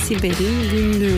Siber'in Günlüğü.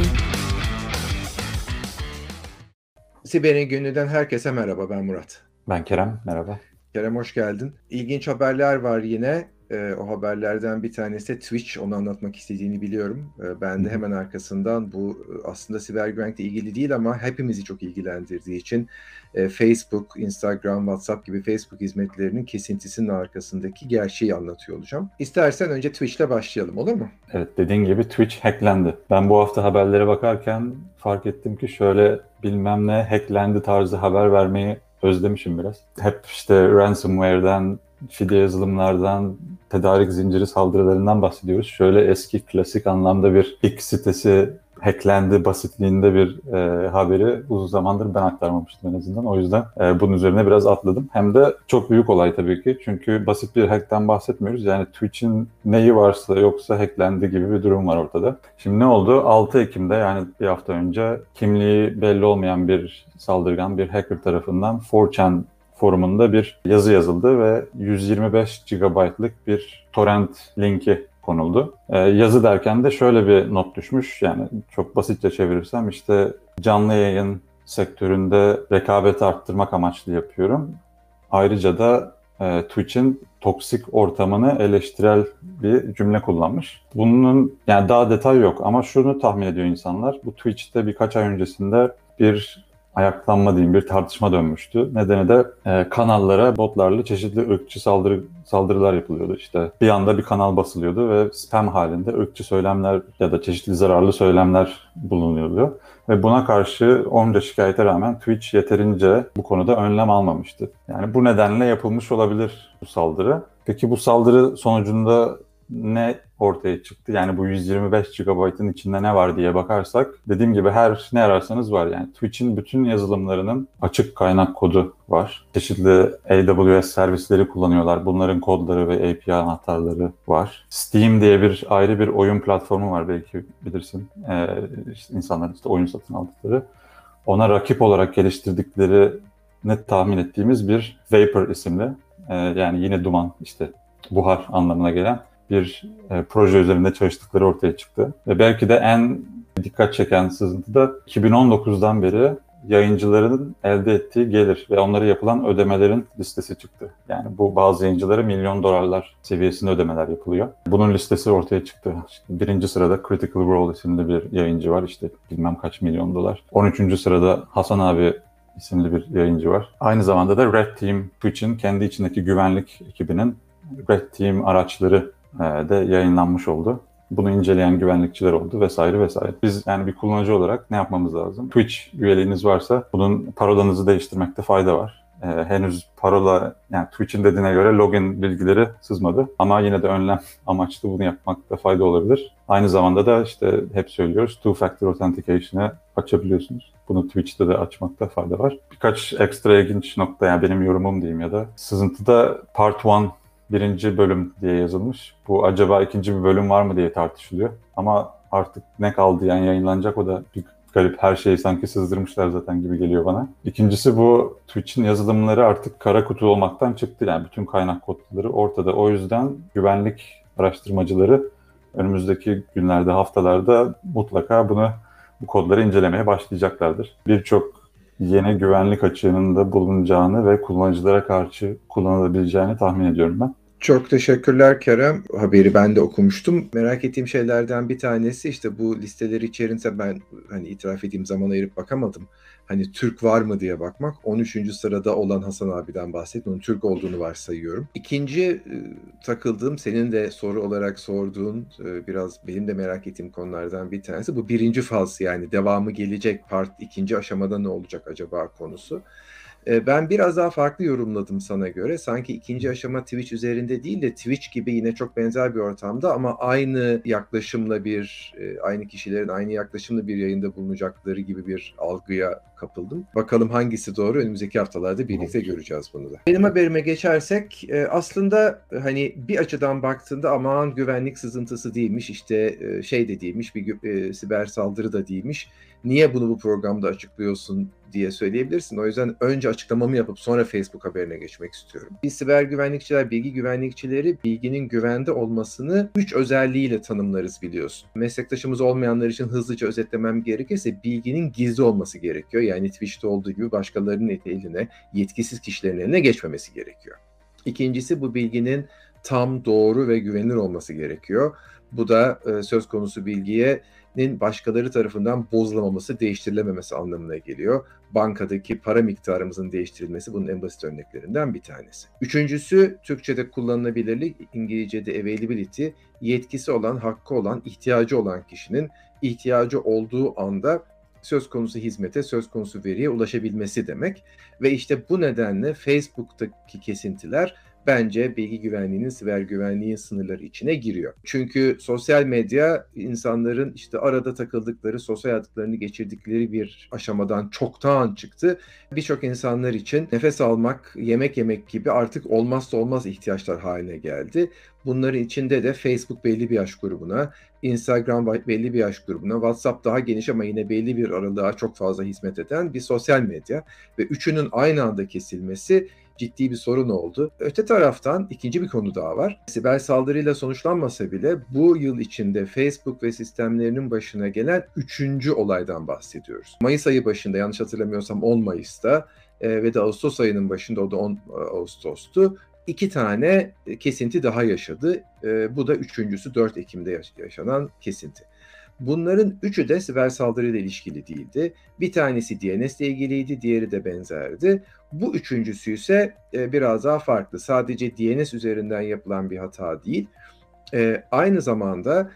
Siber'in Günlüğü'den herkese merhaba, ben Murat. Ben Kerem, merhaba. Kerem hoş geldin. İlginç haberler var yine. O haberlerden bir tanesi de Twitch, onu anlatmak istediğini biliyorum. Ben de hemen arkasından bu aslında siber güvenlikle ilgili değil ama hepimizi çok ilgilendirdiği için Facebook, Instagram, WhatsApp gibi Facebook hizmetlerinin kesintisinin arkasındaki gerçeği anlatıyor olacağım. İstersen önce Twitch'le başlayalım, olur mu? Evet, dediğin gibi Twitch hacklendi. Ben bu hafta haberlere bakarken fark ettim ki şöyle bilmem ne hacklendi tarzı haber vermeyi özlemişim biraz. Hep işte ransomware'den, fidye yazılımlardan, tedarik zinciri saldırılarından bahsediyoruz. Şöyle eski klasik anlamda bir X sitesi hacklendi basitliğinde bir haberi uzun zamandır ben aktarmamıştım en azından. O yüzden bunun üzerine biraz atladım. Hem de çok büyük olay tabii ki. Çünkü basit bir hackten bahsetmiyoruz. Yani Twitch'in neyi varsa yoksa hacklendi gibi bir durum var ortada. Şimdi ne oldu? 6 Ekim'de yani bir hafta önce kimliği belli olmayan bir saldırgan, bir hacker tarafından 4chan forumunda bir yazı yazıldı ve 125 GB'lık bir torrent linki konuldu. Yazı derken de şöyle bir not düşmüş. Yani çok basitçe çevirirsem işte canlı yayın sektöründe rekabeti arttırmak amaçlı yapıyorum. Ayrıca da Twitch'in toksik ortamını eleştirel bir cümle kullanmış. Bunun yani daha detay yok ama şunu tahmin ediyor insanlar. Bu Twitch'te birkaç ay öncesinde bir ayaklanma diyeyim, bir tartışma dönmüştü. Nedeni de kanallara botlarla çeşitli ırkçı saldırılar yapılıyordu. İşte bir anda bir kanal basılıyordu ve spam halinde ırkçı söylemler ya da çeşitli zararlı söylemler bulunuyordu. Ve buna karşı onca şikayete rağmen Twitch yeterince bu konuda önlem almamıştı. Yani bu nedenle yapılmış olabilir bu saldırı. Peki bu saldırı sonucunda ne ortaya çıktı? Yani bu 125 GB'ın içinde ne var diye bakarsak dediğim gibi her ne ararsanız var. Yani Twitch'in bütün yazılımlarının açık kaynak kodu var. Çeşitli AWS servisleri kullanıyorlar. Bunların kodları ve API anahtarları var. Steam diye bir ayrı bir oyun platformu var, belki bilirsin. İşte insanların işte oyun satın aldıkları. Ona rakip olarak geliştirdikleri tahmin ettiğimiz bir Vapor isimli, yani yine duman, işte buhar anlamına gelen bir proje üzerinde çalıştıkları ortaya çıktı. Ve belki de en dikkat çeken sızıntı da 2019'dan beri yayıncıların elde ettiği gelir ve onlara yapılan ödemelerin listesi çıktı. Yani bu bazı yayıncılara milyon dolarlar seviyesinde ödemeler yapılıyor. Bunun listesi ortaya çıktı. Birinci sırada Critical Role isimli bir yayıncı var. İşte bilmem kaç milyon dolar. 13. sırada Hasan abi isimli bir yayıncı var. Aynı zamanda da Red Team, Twitch'in kendi içindeki güvenlik ekibinin Red Team araçları de yayınlanmış oldu. Bunu inceleyen güvenlikçiler oldu vesaire vesaire. Biz yani bir kullanıcı olarak ne yapmamız lazım? Twitch üyeliğiniz varsa bunun parolanızı değiştirmekte fayda var. Henüz parola, yani Twitch'in dediğine göre login bilgileri sızmadı. Ama yine de önlem amaçlı bunu yapmakta fayda olabilir. Aynı zamanda da işte hep söylüyoruz, two-factor authentication'ı açabiliyorsunuz. Bunu Twitch'te de açmakta fayda var. Birkaç ekstra ilginç nokta, yani benim yorumum diyeyim ya da sızıntıda Part 1 birinci bölüm diye yazılmış. Bu acaba ikinci bir bölüm var mı diye tartışılıyor. Ama artık ne kaldı, yani yayınlanacak, o da bir garip, her şeyi sanki sızdırmışlar zaten gibi geliyor bana. İkincisi, bu Twitch'in yazılımları artık kara kutu olmaktan çıktı. Yani bütün kaynak kodları ortada. O yüzden güvenlik araştırmacıları önümüzdeki günlerde, haftalarda mutlaka bu kodları incelemeye başlayacaklardır. Birçok yeni güvenlik açığının da bulunacağını ve kullanıcılara karşı kullanılabileceğini tahmin ediyorum ben. Çok teşekkürler Kerem. Haberi ben de okumuştum. Merak ettiğim şeylerden bir tanesi işte bu listeleri içerisinde ben hani itiraf edeyim zaman ayırıp bakamadım. Hani Türk var mı diye bakmak. 13. sırada olan Hasan abiden bahsettim. Onun Türk olduğunu varsayıyorum. İkinci takıldığım, senin de soru olarak sorduğun, biraz benim de merak ettiğim konulardan bir tanesi. Bu birinci faz, yani devamı gelecek part, ikinci aşamada ne olacak acaba konusu. Ben biraz daha farklı yorumladım sana göre. Sanki ikinci aşama Twitch üzerinde değil de Twitch gibi yine çok benzer bir ortamda ama aynı yaklaşımla aynı kişilerin aynı yaklaşımla bir yayında bulunacakları gibi bir algıya kapıldım. Bakalım hangisi doğru, önümüzdeki haftalarda birlikte göreceğiz bunu da. Benim haberime geçersek aslında hani bir açıdan baktığında aman güvenlik sızıntısı değilmiş, işte şey de değilmiş, bir siber saldırı da değilmiş. niye bunu bu programda açıklıyorsun diye söyleyebilirsin. O yüzden önce açıklamamı yapıp sonra Facebook haberine geçmek istiyorum. Biz siber güvenlikçiler, bilgi güvenlikçileri bilginin güvende olmasını 3 özelliğiyle tanımlarız biliyorsun. Meslektaşımız olmayanlar için hızlıca özetlemem gerekirse bilginin gizli olması gerekiyor. Yani Twitch'te olduğu gibi başkalarının eline, yetkisiz kişilerin eline geçmemesi gerekiyor. İkincisi bu bilginin tam, doğru ve güvenilir olması gerekiyor. Bu da söz konusu bilginin başkaları tarafından bozulamaması, değiştirilememesi anlamına geliyor. Bankadaki para miktarımızın değiştirilmesi bunun en basit örneklerinden bir tanesi. Üçüncüsü Türkçe'de kullanılabilirlik, İngilizce'de availability, yetkisi olan, hakkı olan, ihtiyacı olan kişinin ihtiyacı olduğu anda söz konusu hizmete, söz konusu veriye ulaşabilmesi demek. Ve işte bu nedenle Facebook'taki kesintiler bence bilgi güvenliğinin, siber güvenliğin sınırları içine giriyor. Çünkü sosyal medya insanların işte arada takıldıkları, sosyal hayatlarını geçirdikleri bir aşamadan çoktan çıktı. Birçok insanlar için nefes almak, yemek yemek gibi artık olmazsa olmaz ihtiyaçlar haline geldi. Bunların içinde de Facebook belli bir yaş grubuna, Instagram belli bir yaş grubuna, WhatsApp daha geniş ama yine belli bir aralığa çok fazla hizmet eden bir sosyal medya. Ve üçünün aynı anda kesilmesi ciddi bir sorun oldu. Öte taraftan ikinci bir konu daha var. Siber saldırıyla sonuçlanmasa bile bu yıl içinde Facebook ve sistemlerinin başına gelen üçüncü olaydan bahsediyoruz. Mayıs ayı başında, yanlış hatırlamıyorsam 10 Mayıs'ta ve de Ağustos ayının başında, o da 10 Ağustos'tu. 2 tane kesinti daha yaşadı. Bu da üçüncüsü 4 Ekim'de yaşanan kesinti. Bunların üçü de siber saldırıyla ilişkili değildi. Bir tanesi DNS ile ilgiliydi, diğeri de benzerdi. Bu üçüncüsü ise biraz daha farklı. Sadece DNS üzerinden yapılan bir hata değil. Aynı zamanda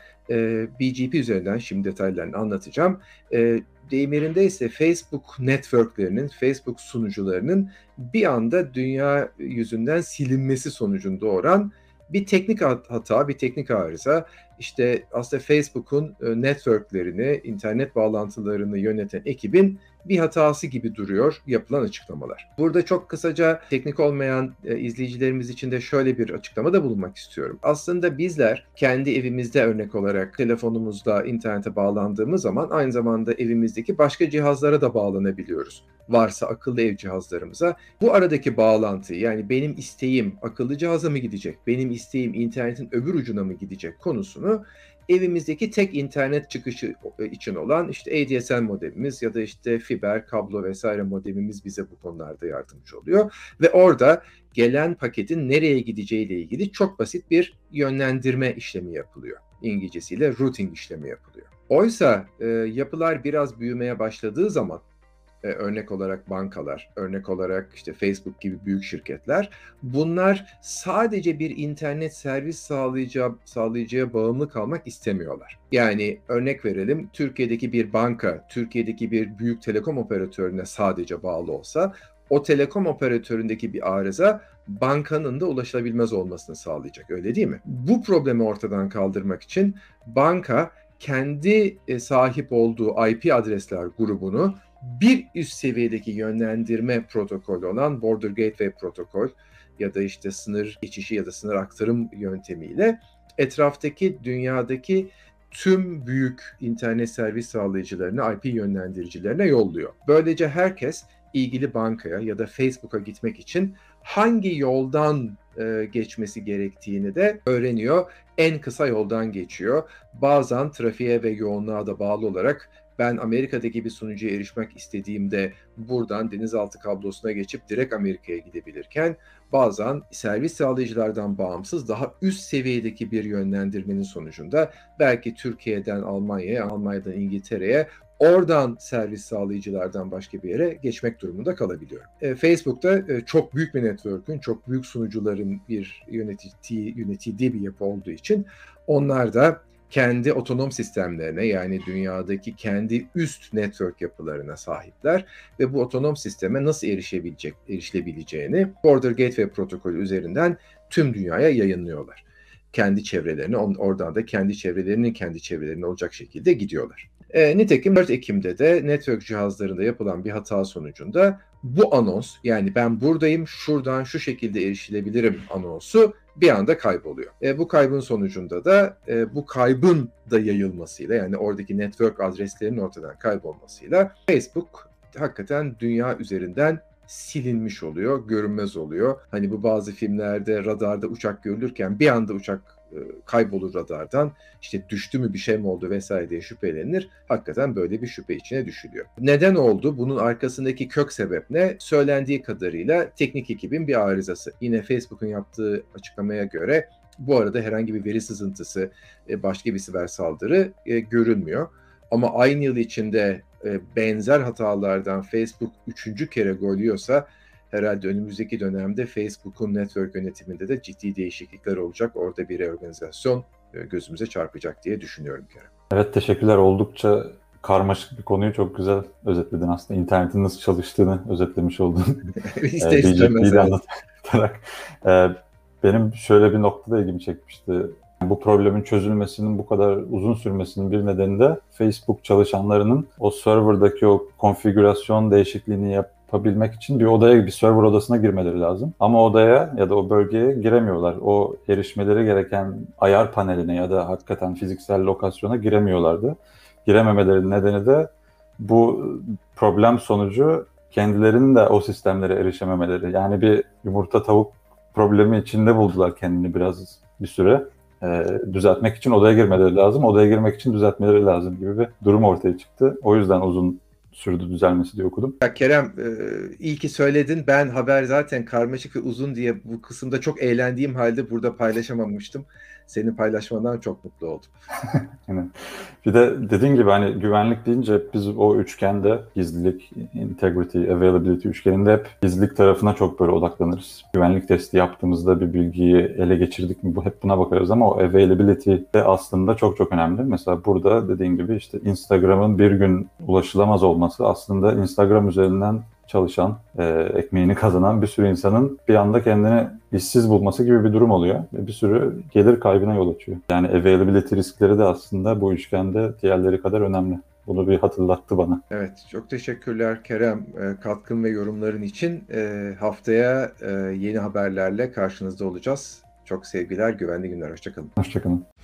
BGP üzerinden, şimdi detaylarını anlatacağım. Deyim yerinde ise Facebook networklerinin, Facebook sunucularının bir anda dünya yüzünden silinmesi sonucunu doğuran bir teknik hata, bir teknik arıza. İşte aslında Facebook'un networklerini, internet bağlantılarını yöneten ekibin bir hatası gibi duruyor yapılan açıklamalar. Burada çok kısaca teknik olmayan izleyicilerimiz için de şöyle bir açıklamada bulunmak istiyorum. Aslında bizler kendi evimizde örnek olarak telefonumuzda internete bağlandığımız zaman aynı zamanda evimizdeki başka cihazlara da bağlanabiliyoruz. Varsa akıllı ev cihazlarımıza. Bu aradaki bağlantıyı, yani benim isteğim akıllı cihaza mı gidecek, benim isteğim internetin öbür ucuna mı gidecek konusunu evimizdeki tek internet çıkışı için olan işte ADSL modemimiz ya da işte fiber, kablo vesaire modemimiz bize bu konularda yardımcı oluyor. Ve orada gelen paketin nereye gideceğiyle ilgili çok basit bir yönlendirme işlemi yapılıyor. İngilizcesiyle routing işlemi yapılıyor. Oysa yapılar biraz büyümeye başladığı zaman, örnek olarak bankalar, örnek olarak işte Facebook gibi büyük şirketler, bunlar sadece bir internet servis sağlayıcıya bağımlı kalmak istemiyorlar. Yani örnek verelim, Türkiye'deki bir banka, Türkiye'deki bir büyük telekom operatörüne sadece bağlı olsa, o telekom operatöründeki bir arıza bankanın da ulaşılabilmez olmasını sağlayacak, öyle değil mi? Bu problemi ortadan kaldırmak için banka kendi sahip olduğu IP adresler grubunu bir üst seviyedeki yönlendirme protokolü olan Border Gateway protokol ya da işte sınır geçişi ya da sınır aktarım yöntemiyle etraftaki dünyadaki tüm büyük internet servis sağlayıcılarına, IP yönlendiricilerine yolluyor. Böylece herkes ilgili bankaya ya da Facebook'a gitmek için hangi yoldan geçmesi gerektiğini de öğreniyor. En kısa yoldan geçiyor. Bazen trafiğe ve yoğunluğa da bağlı olarak ben Amerika'daki bir sunucuya erişmek istediğimde buradan denizaltı kablosuna geçip direkt Amerika'ya gidebilirken bazen servis sağlayıcılardan bağımsız daha üst seviyedeki bir yönlendirmenin sonucunda belki Türkiye'den Almanya'ya, Almanya'dan İngiltere'ye, oradan servis sağlayıcılardan başka bir yere geçmek durumunda kalabiliyorum. Facebook'ta çok büyük bir network'ün, çok büyük sunucuların bir yönetildiği bir yapı olduğu için onlar da kendi otonom sistemlerine, yani dünyadaki kendi üst network yapılarına sahipler ve bu otonom sisteme nasıl erişilebileceğini Border Gateway protokolü üzerinden tüm dünyaya yayınlıyorlar. Kendi çevrelerine, oradan da kendi çevrelerinin olacak şekilde gidiyorlar. Nitekim 4 Ekim'de de network cihazlarında yapılan bir hata sonucunda bu anons, yani ben buradayım, şuradan şu şekilde erişilebilirim anonsu bir anda kayboluyor. Bu kaybın sonucunda da bu kaybın da yayılmasıyla, yani oradaki network adreslerinin ortadan kaybolmasıyla Facebook hakikaten dünya üzerinden silinmiş oluyor, görünmez oluyor. Hani bu bazı filmlerde radarda uçak görülürken bir anda uçak kaybolur radardan, işte düştü mü bir şey mi oldu vesaire diye şüphelenir. Hakikaten böyle bir şüphe içine düşülüyor. Neden oldu? Bunun arkasındaki kök sebep ne? Söylendiği kadarıyla teknik ekibin bir arızası. Yine Facebook'un yaptığı açıklamaya göre bu arada herhangi bir veri sızıntısı, başka bir siber saldırı görünmüyor. Ama aynı yıl içinde benzer hatalardan Facebook 3. kere gol yiyorsa herhalde önümüzdeki dönemde Facebook'un network yönetiminde de ciddi değişiklikler olacak. Orada bir reorganizasyon gözümüze çarpacak diye düşünüyorum Kerem. Evet, teşekkürler. Oldukça karmaşık bir konuyu çok güzel özetledin aslında. İnternetin nasıl çalıştığını özetlemiş oldun. İster istemez. BGP'yi de anlatarak. Benim şöyle bir noktada ilgimi çekmişti. Bu problemin çözülmesinin bu kadar uzun sürmesinin bir nedeni de Facebook çalışanlarının o server'daki o konfigürasyon değişikliğini yapabilmek için bir odaya, bir server odasına girmeleri lazım. Ama odaya ya da o bölgeye giremiyorlar. O erişmeleri gereken ayar paneline ya da hakikaten fiziksel lokasyona giremiyorlardı. Girememelerinin nedeni de bu problem sonucu kendilerinin de o sistemlere erişememeleri. Yani bir yumurta tavuk problemi içinde buldular kendini biraz bir süre. Düzeltmek için odaya girmeleri lazım. Odaya girmek için düzeltmeleri lazım gibi bir durum ortaya çıktı. O yüzden uzun sürdü düzelmesi diye okudum. Ya Kerem, iyi ki söyledin. Ben haber zaten karmaşık ve uzun diye bu kısımda çok eğlendiğim halde burada paylaşamamıştım. Senin paylaşmandan çok mutlu oldum. Yani bir de dediğin gibi hani güvenlik deyince biz o üçgende gizlilik, integrity, availability üçgeninde hep gizlilik tarafına çok böyle odaklanırız. Güvenlik testi yaptığımızda bir bilgiyi ele geçirdik mi hep buna bakarız ama o availability de aslında çok çok önemli. Mesela burada dediğin gibi işte Instagram'ın bir gün ulaşılamaz olması aslında Instagram üzerinden çalışan, ekmeğini kazanan bir sürü insanın bir anda kendini işsiz bulması gibi bir durum oluyor. Ve bir sürü gelir kaybına yol açıyor. Yani availability riskleri de aslında bu üçgende diğerleri kadar önemli. Bunu bir hatırlattı bana. Evet, çok teşekkürler Kerem katkın ve yorumların için. Haftaya yeni haberlerle karşınızda olacağız. Çok sevgiler, güvenli günler. Hoşça kalın. Hoşça kalın.